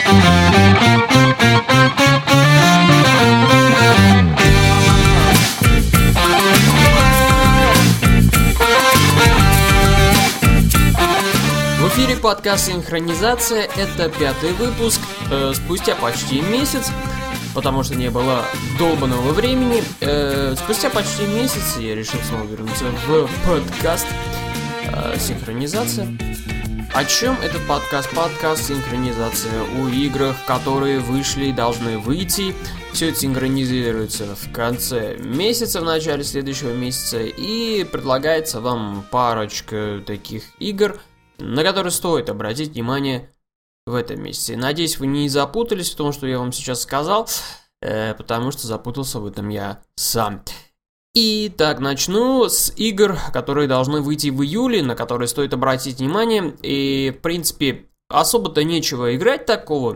В эфире подкаст «Синхронизация». Это 5-й выпуск, спустя почти месяц, потому что не было долбаного времени. Спустя почти месяц я решил снова вернуться в подкаст «Синхронизация». О чем этот подкаст? Подкаст «Синхронизация» о играх, которые вышли и должны выйти. Все это синхронизируется в конце месяца, в начале следующего месяца, и предлагается вам парочка таких игр, на которые стоит обратить внимание в этом месяце. Надеюсь, вы не запутались в том, что я вам сейчас сказал, потому что запутался в этом я сам. Итак, начну с игр, которые должны выйти в июле, на которые стоит обратить внимание. И, в принципе, особо-то нечего играть такого.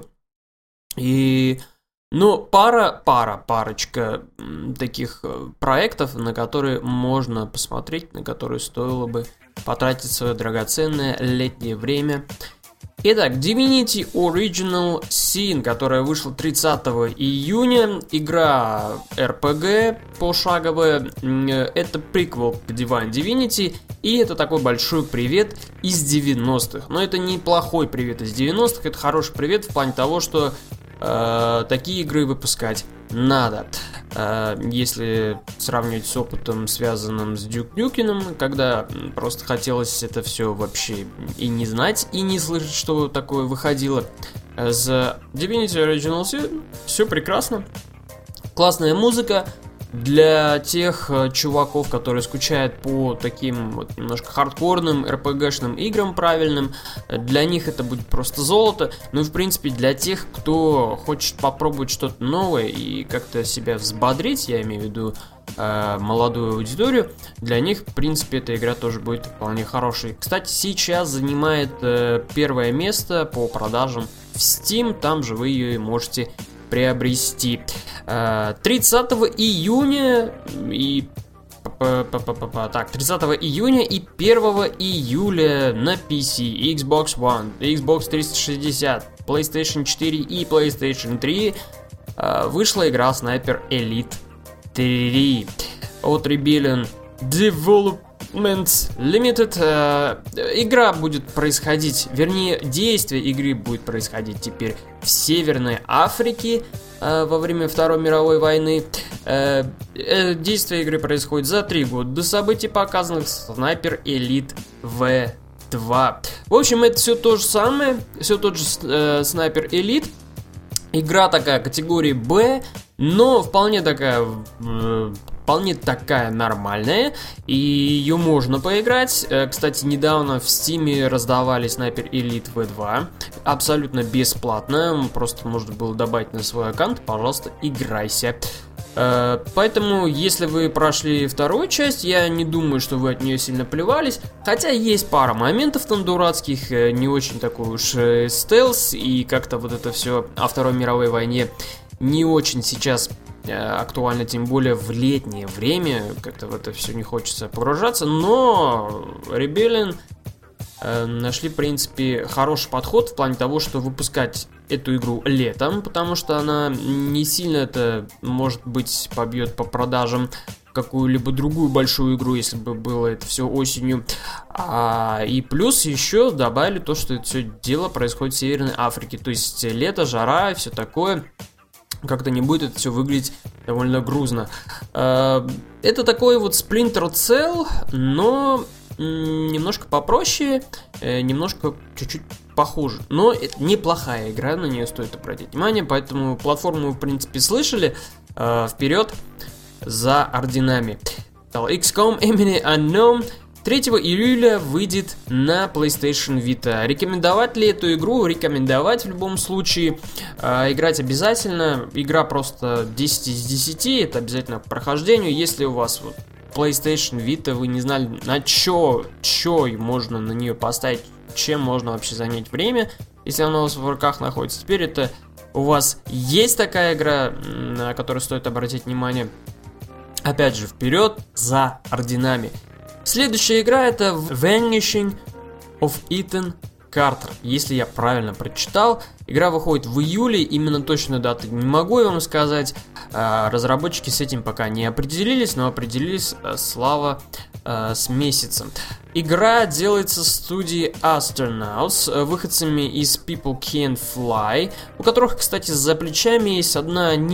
Но парочка таких проектов, на которые можно посмотреть, на которые стоило бы потратить свое драгоценное летнее время. Итак, Divinity Original Sin, которая вышла 30 июня, игра RPG пошаговая, это приквел к Divine Divinity, и это такой большой привет из 90-х. Но это не плохой привет из 90-х, это хороший привет в плане того, что такие игры выпускать надо. Если сравнивать с опытом, связанным с Duke Nukem, когда просто хотелось это все вообще и не знать, и не слышать, что такое выходило. С Divinity Original Sin все прекрасно. Классная музыка. Для тех чуваков, которые скучают по таким вот немножко хардкорным RPG-шным играм правильным, для них это будет просто золото. Ну и в принципе для тех, кто хочет попробовать что-то новое и как-то себя взбодрить, я имею в виду молодую аудиторию, для них в принципе эта игра тоже будет вполне хорошей. Кстати, сейчас занимает первое место по продажам в Steam, там же вы ее и можете приобрести. 30 июня и 30 июня и 1 июля на PC, Xbox One, Xbox 360, PlayStation 4 и PlayStation 3 вышла игра Sniper Elite 3 от Rebellion Developments Limited. Игра будет происходить, вернее, действие игры будет происходить теперь в Северной Африке во время Второй мировой войны. Действие игры происходит за 3 года до событий, показанных в Sniper Elite V2. В общем, это все то же самое, все тот же Sniper Elite. Игра такая категории B, но вполне такая нормальная, и ее можно поиграть. Кстати, недавно в Steam раздавали Sniper Elite V2 абсолютно бесплатно, просто можно было добавить на свой аккаунт, пожалуйста, играйся. Поэтому, если вы прошли вторую часть, я не думаю, что вы от нее сильно плевались, хотя есть пара моментов там дурацких, не очень такой уж стелс, и как-то вот это все о Второй мировой войне не очень сейчас актуально, тем более в летнее время, как-то в это все не хочется погружаться, но Rebellion нашли, в принципе, хороший подход в плане того, что выпускать эту игру летом, потому что она не сильно это, может быть, побьет по продажам какую-либо другую большую игру, если бы было это все осенью. И плюс еще добавили то, что это все дело происходит в Северной Африке, то есть лето, жара и все такое. Как-то не будет это все выглядеть довольно грузно. Это такой вот Splinter Cell, но немножко попроще, немножко чуть-чуть похуже. Но это неплохая игра, на нее стоит обратить внимание, поэтому платформу вы, в принципе, слышали. Вперед за орденами. XCOM Enemy Unknown 3 июля выйдет на PlayStation Vita. Рекомендовать ли эту игру? Рекомендовать в любом случае. Играть обязательно. Игра просто 10 из 10. Это обязательно к прохождению. Если у вас вот PlayStation Vita, вы не знали, на чё можно на нее поставить, чем можно вообще занять время, если она у вас в руках находится. Теперь это у вас есть такая игра, на которую стоит обратить внимание. Опять же, вперед за орденами. Следующая игра это Vanishing of Ethan Carter. Если я правильно прочитал, Игра выходит в июле, именно точно даты не могу я вам сказать. Разработчики с этим пока не определились, но определились, слава, с месяцем. Игра делается студией Astronauts, выходцами из People Can Fly, у которых, кстати, за плечами есть один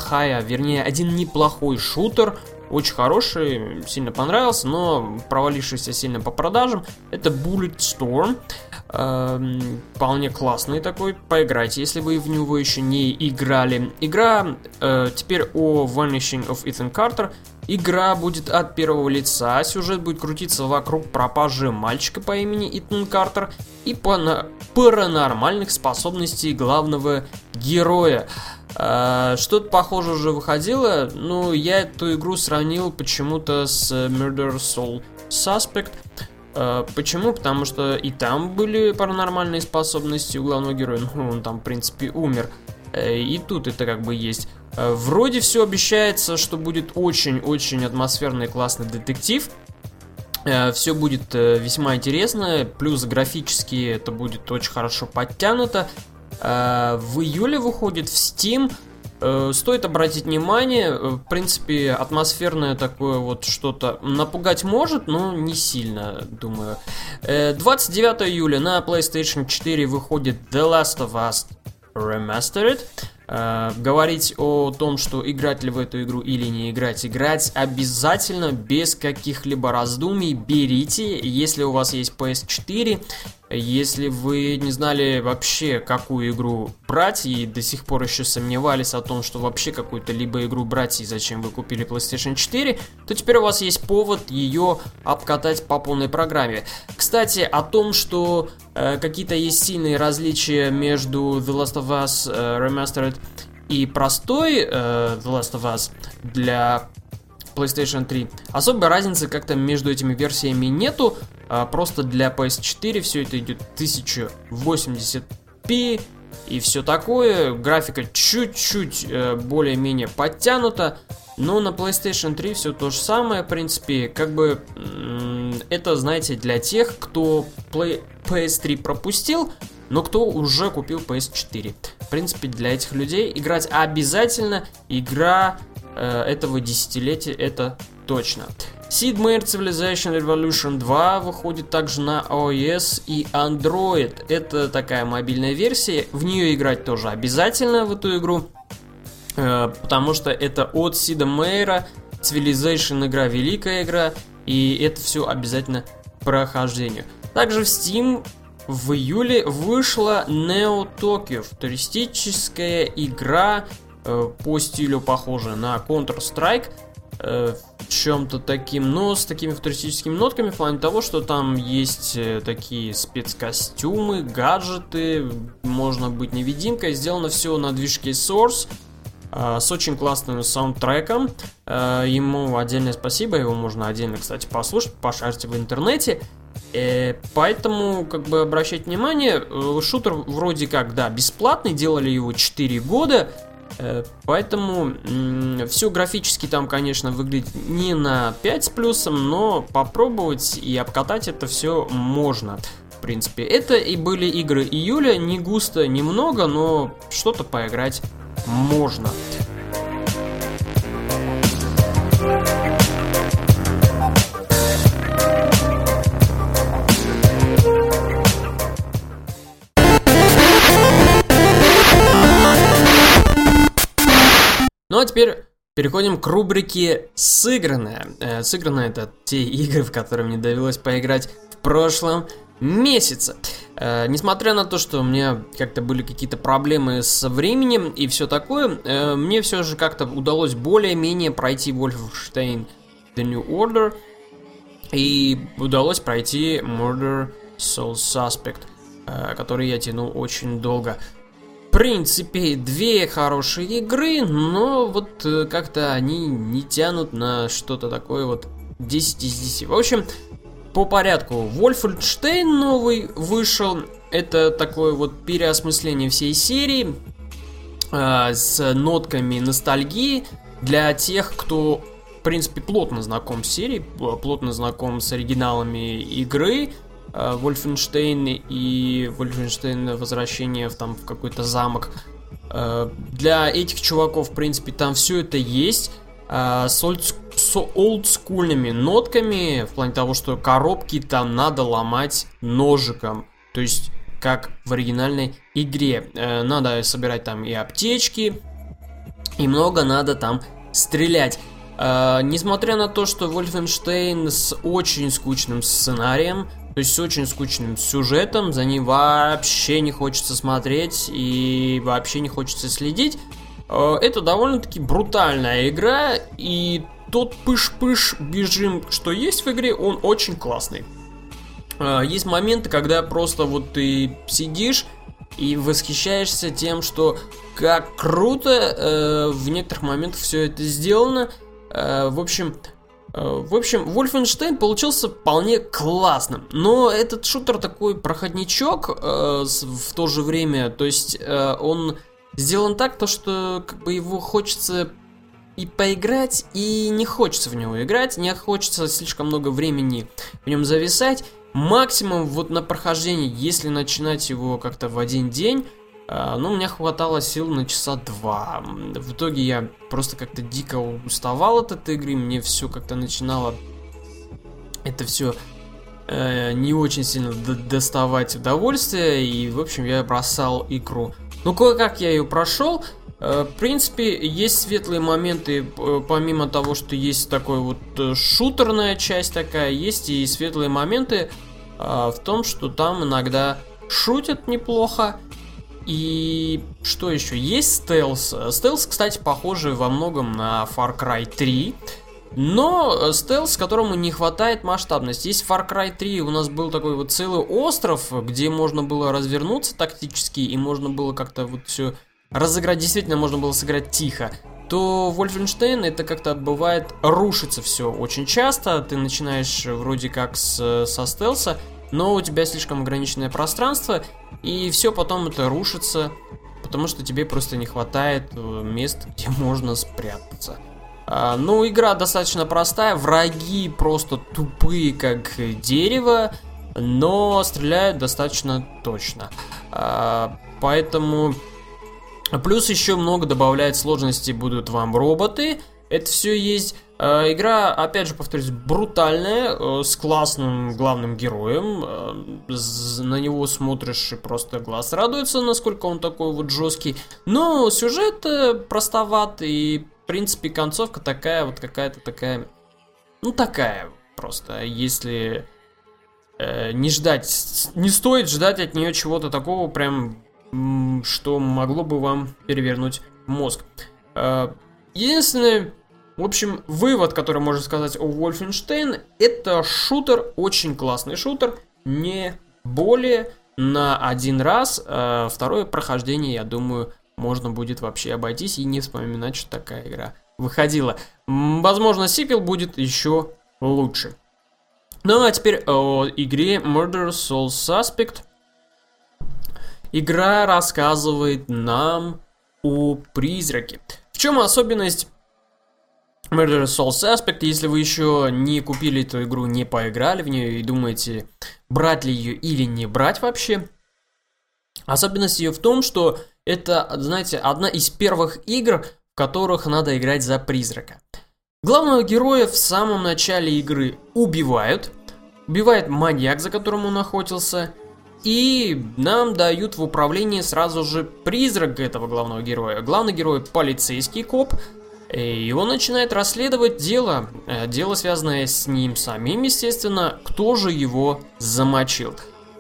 неплохой шутер, очень хороший, сильно понравился, но провалившийся сильно по продажам. Это Bulletstorm. Вполне классный такой, поиграйте, если вы в него еще не играли. Игра теперь о Vanishing of Ethan Carter. Игра будет от первого лица, сюжет будет крутиться вокруг пропажи мальчика по имени Итан Картер и паранормальных способностей главного героя. Что-то похоже уже выходило, но я эту игру сравнил почему-то с Murder Soul Suspect. Почему? Потому что и там были паранормальные способности у главного героя, он там, в принципе, умер. И тут это как бы есть. Вроде все обещается, что будет очень-очень атмосферный классный детектив. Все будет весьма интересно, плюс графически это будет очень хорошо подтянуто. В июле выходит в Steam. Стоит обратить внимание, в принципе, атмосферное такое вот что-то напугать может, но не сильно, думаю. 29 июля на PlayStation 4 выходит The Last of Us Remastered. Говорить о том, что играть ли в эту игру или не играть, играть обязательно, без каких-либо раздумий, берите, если у вас есть PS4, если вы не знали вообще, какую игру брать и до сих пор еще сомневались о том, что вообще какую-то либо игру брать и зачем вы купили PlayStation 4, то теперь у вас есть повод ее обкатать по полной программе. Кстати, о том, что какие-то есть сильные различия между The Last of Us Remastered и простой The Last of Us для PlayStation 3. Особой разницы как-то между этими версиями нету. Просто для PS4 все это идет 1080p и все такое. Графика чуть-чуть более-менее подтянута. Но на PlayStation 3 все то же самое. В принципе, как бы это, знаете, для тех, кто PS3 пропустил, но кто уже купил PS4. В принципе, для этих людей играть обязательно. Игра этого десятилетия, это точно. Sid Meier Civilization Revolution 2 выходит также на iOS и Android. Это такая мобильная версия. В нее играть тоже обязательно, в эту игру. Потому что это от Сида Мейера. Civilization игра, великая игра. И это все обязательно прохождению. Также в Steam в июле вышла Neo Tokyo. Футуристическая игра, по стилю похожая на Counter-Strike. Чем-то таким, но с такими футуристическими нотками, в плане того, что там есть такие спецкостюмы, гаджеты, можно быть невидимкой. Сделано все на движке Source, с очень классным саундтреком. Ему отдельное спасибо, его можно отдельно, кстати, послушать, пошарьте в интернете. Поэтому, как бы, обращайте внимание, шутер вроде как, да, бесплатный, делали его 4 года. Поэтому все графически там, конечно, выглядит не на 5 с плюсом, но попробовать и обкатать это все можно. В принципе, это и были игры июля, не густо, немного, но что-то поиграть можно. Ну а теперь переходим к рубрике «Сыгранное». Сыгранное — это те игры, в которые мне довелось поиграть в прошлом месяце. Несмотря на то, что у меня как-то были какие-то проблемы со временем и все такое, мне все же как-то удалось более-менее пройти Wolfenstein The New Order и удалось пройти Murder Soul Suspect, который я тянул очень долго. В принципе, две хорошие игры, но вот как-то они не тянут на что-то такое вот 10 из 10. В общем, по порядку. Wolfenstein новый вышел. Это такое вот переосмысление всей серии с нотками ностальгии для тех, кто, в принципе, плотно знаком с серией, плотно знаком с оригиналами игры. Wolfenstein и Wolfenstein Возвращение в какой-то замок. Для этих чуваков, в принципе, там все это есть. С олдскульными нотками, в плане того, что коробки там надо ломать ножиком. То есть, как в оригинальной игре. Надо собирать там и аптечки, и много надо там стрелять. Несмотря на то, что Wolfenstein с очень скучным сценарием, то есть с очень скучным сюжетом, за ним вообще не хочется смотреть и вообще не хочется следить, это довольно-таки брутальная игра, и тот пыш-пыш бежим, что есть в игре, он очень классный. Есть моменты, когда просто вот ты сидишь и восхищаешься тем, что как круто в некоторых моментах все это сделано. В общем, Wolfenstein получился вполне классным, но этот шутер такой проходничок в то же время, то есть он сделан так, то что как бы его хочется и поиграть, и не хочется в него играть, не хочется слишком много времени в нем зависать. Максимум вот на прохождение, если начинать его как-то в один день, у меня хватало сил на часа 2. В итоге я просто как-то дико уставал от этой игры, мне все как-то начинало это все не очень сильно доставать удовольствие, и в общем я бросал игру. Ну, кое-как я ее прошел. В принципе, есть светлые моменты, помимо того, что есть такой вот шутерная часть такая, есть и светлые моменты в том, что там иногда шутят неплохо. И что еще? Есть стелс. Стелс, кстати, похожий во многом на Far Cry 3. Но стелс, которому не хватает масштабности. Есть Far Cry 3, у нас был такой вот целый остров, где можно было развернуться тактически, и можно было как-то вот все разыграть, действительно можно было сыграть тихо. То Wolfenstein это как-то бывает, рушится все очень часто. Ты начинаешь вроде как со стелса, но у тебя слишком ограниченное пространство, и все потом это рушится, потому что тебе просто не хватает мест, где можно спрятаться. Ну, игра достаточно простая, враги просто тупые, как дерево, но стреляют достаточно точно. Поэтому... Плюс еще много добавляет сложности будут вам роботы, это все есть. Игра, опять же, повторюсь, брутальная, с классным главным героем. На него смотришь и просто глаз радуется, насколько он такой вот жесткий. Но сюжет простоват, и, в принципе, концовка такая вот какая-то такая... Ну, такая просто, если не ждать... Не стоит ждать от нее чего-то такого прям... что могло бы вам перевернуть мозг. Единственное, в общем, вывод, который можно сказать о Wolfenstein, это шутер, очень классный шутер, не более на один раз. Второе прохождение, я думаю, можно будет вообще обойтись и не вспоминать, что такая игра выходила. Возможно, сиквел будет еще лучше. Ну а теперь о игре Murder Soul Suspect. Игра рассказывает нам о призраке. В чем особенность Murder Soul Suspect? Если вы еще не купили эту игру, не поиграли в нее и думаете, брать ли ее или не брать вообще, особенность ее в том, что это, знаете, одна из первых игр, в которых надо играть за призрака. Главного героя в самом начале игры убивает маньяк, за которым он охотился. И нам дают в управление сразу же призрак этого главного героя. Главный герой полицейский коп, и он начинает расследовать дело, связанное с ним самим, естественно, кто же его замочил.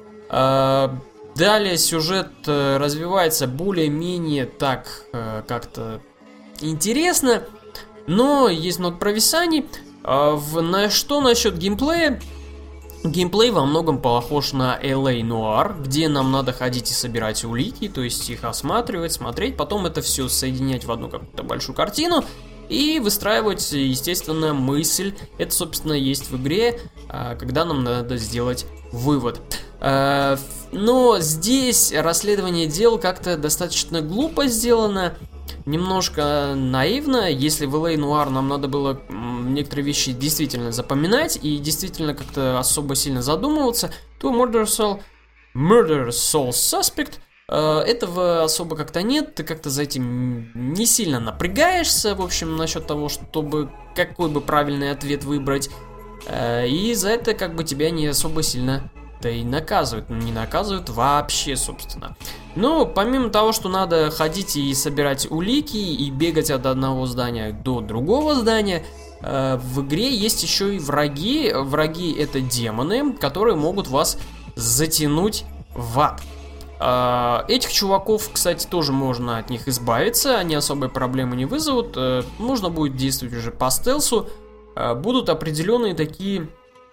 Далее сюжет развивается более-менее так как-то интересно, но есть много провисаний. Что насчет геймплея? Геймплей во многом похож на LA Noire, где нам надо ходить и собирать улики, то есть их осматривать, смотреть, потом это все соединять в одну какую-то большую картину и выстраивать, естественно, мысль. Это, собственно, есть в игре, когда нам надо сделать вывод. Но здесь расследование дел как-то достаточно глупо сделано, немножко наивно. Если в LA Noire нам надо было некоторые вещи действительно запоминать и действительно как-то особо сильно задумываться, то Murder Soul Suspect этого особо как-то нет, ты как-то за этим не сильно напрягаешься, в общем, насчет того, чтобы какой бы правильный ответ выбрать, и за это как бы тебя не особо сильно и наказывают, не наказывают вообще, собственно. Но помимо того, что надо ходить и собирать улики и бегать от одного здания до другого здания, в игре есть еще и враги. Враги — это демоны, которые могут вас затянуть в ад. Этих чуваков, кстати, тоже можно от них избавиться, они особой проблемы не вызовут. Нужно будет действовать уже по стелсу. Будут определенные такие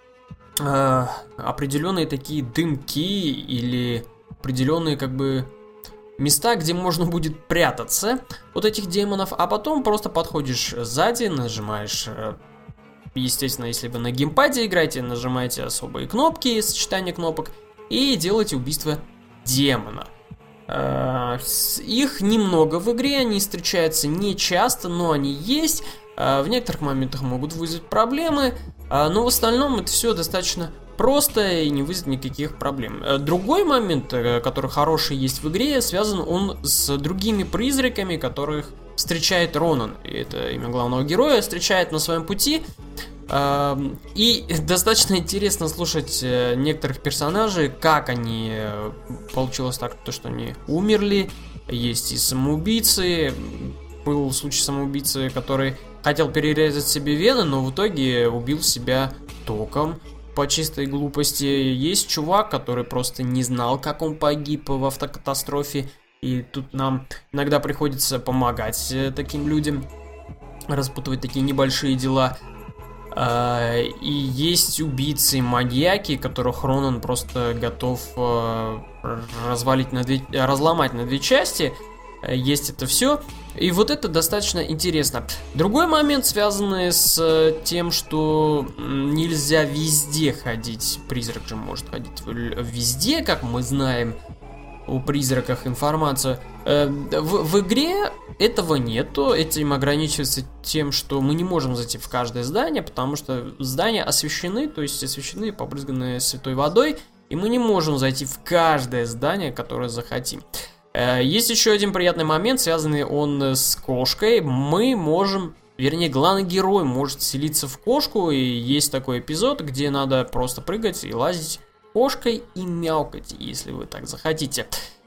дымки или определенные как бы места, где можно будет прятаться от этих демонов, а потом просто подходишь сзади, нажимаешь, естественно, если вы на геймпаде играете, нажимаете особые кнопки, сочетание кнопок, и делаете убийство демона. Их немного в игре, они встречаются не часто, но они есть. В некоторых моментах могут вызвать проблемы, но в остальном это все достаточно просто и не вызовет никаких проблем. Другой момент, который хороший есть в игре, связан он с другими призраками, которых встречает Ронан. Это имя главного героя, встречает на своем пути. И достаточно интересно слушать некоторых персонажей, как они получилось так, что они умерли. Есть и самоубийцы. Был случай самоубийцы, который хотел перерезать себе вены, но в итоге убил себя током по чистой глупости. Есть чувак, который просто не знал, как он погиб в автокатастрофе. И тут нам иногда приходится помогать таким людям, распутывать такие небольшие дела. И есть убийцы и маньяки, которых Ронан просто готов разломать на две части. Есть это все. И вот это достаточно интересно. Другой момент, связанный с тем, что нельзя везде ходить. Призрак же может ходить везде, как мы знаем о призраках информацию. В игре этого нету. Этим ограничивается тем, что мы не можем зайти в каждое здание, потому что здания освещены, то есть освещены, побрызганные святой водой, и мы не можем зайти в каждое здание, которое захотим. Есть еще один приятный момент, связанный он с кошкой. Мы можем, вернее, главный герой может вселиться в кошку, и есть такой эпизод, где надо просто прыгать и лазить кошкой и мяукать, если вы так захотите.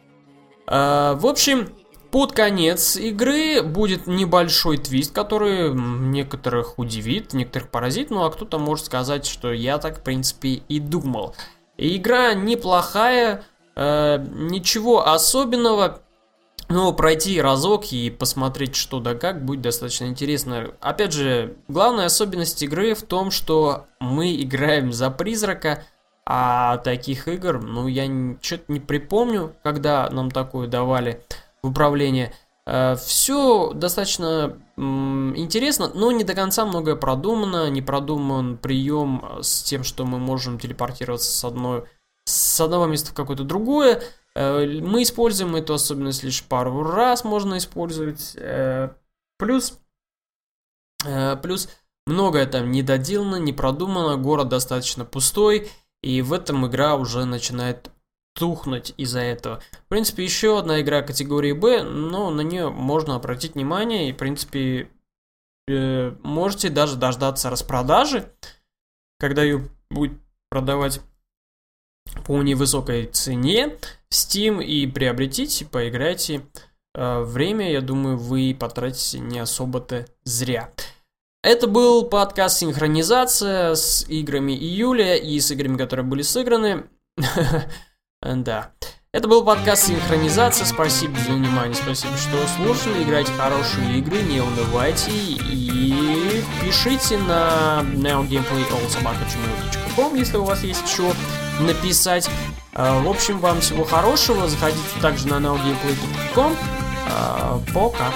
В общем, под конец игры будет небольшой твист, который некоторых удивит, некоторых поразит, ну а кто-то может сказать, что я так, в принципе, и думал. Игра неплохая. Ничего особенного, но пройти разок и посмотреть что да как будет достаточно интересно. Опять же, главная особенность игры в том, что мы играем за призрака, а таких игр, ну я что-то не припомню, когда нам такое давали в управление. Все достаточно интересно, но не до конца многое продумано, не продуман прием с тем, что мы можем телепортироваться с одного места в какое-то другое. Мы используем эту особенность лишь пару раз, можно использовать. Плюс многое там не доделано, не продумано, город достаточно пустой, и в этом игра уже начинает тухнуть из-за этого. В принципе, еще одна игра категории Б, но на нее можно обратить внимание, и в принципе можете даже дождаться распродажи, когда ее будет продавать по невысокой цене в Steam, и приобретите, поиграйте. Время, я думаю, вы потратите не особо-то зря. Это был подкаст «Синхронизация» с играми июля и с играми, которые были сыграны. Да. Это был подкаст «Синхронизация». Спасибо за внимание, спасибо, что слушали. Играйте хорошие игры, не унывайте. И пишите на neogameplay@gmail.com, если у вас есть что написать. В общем, вам всего хорошего. Заходите также на neogameplay.com. Пока.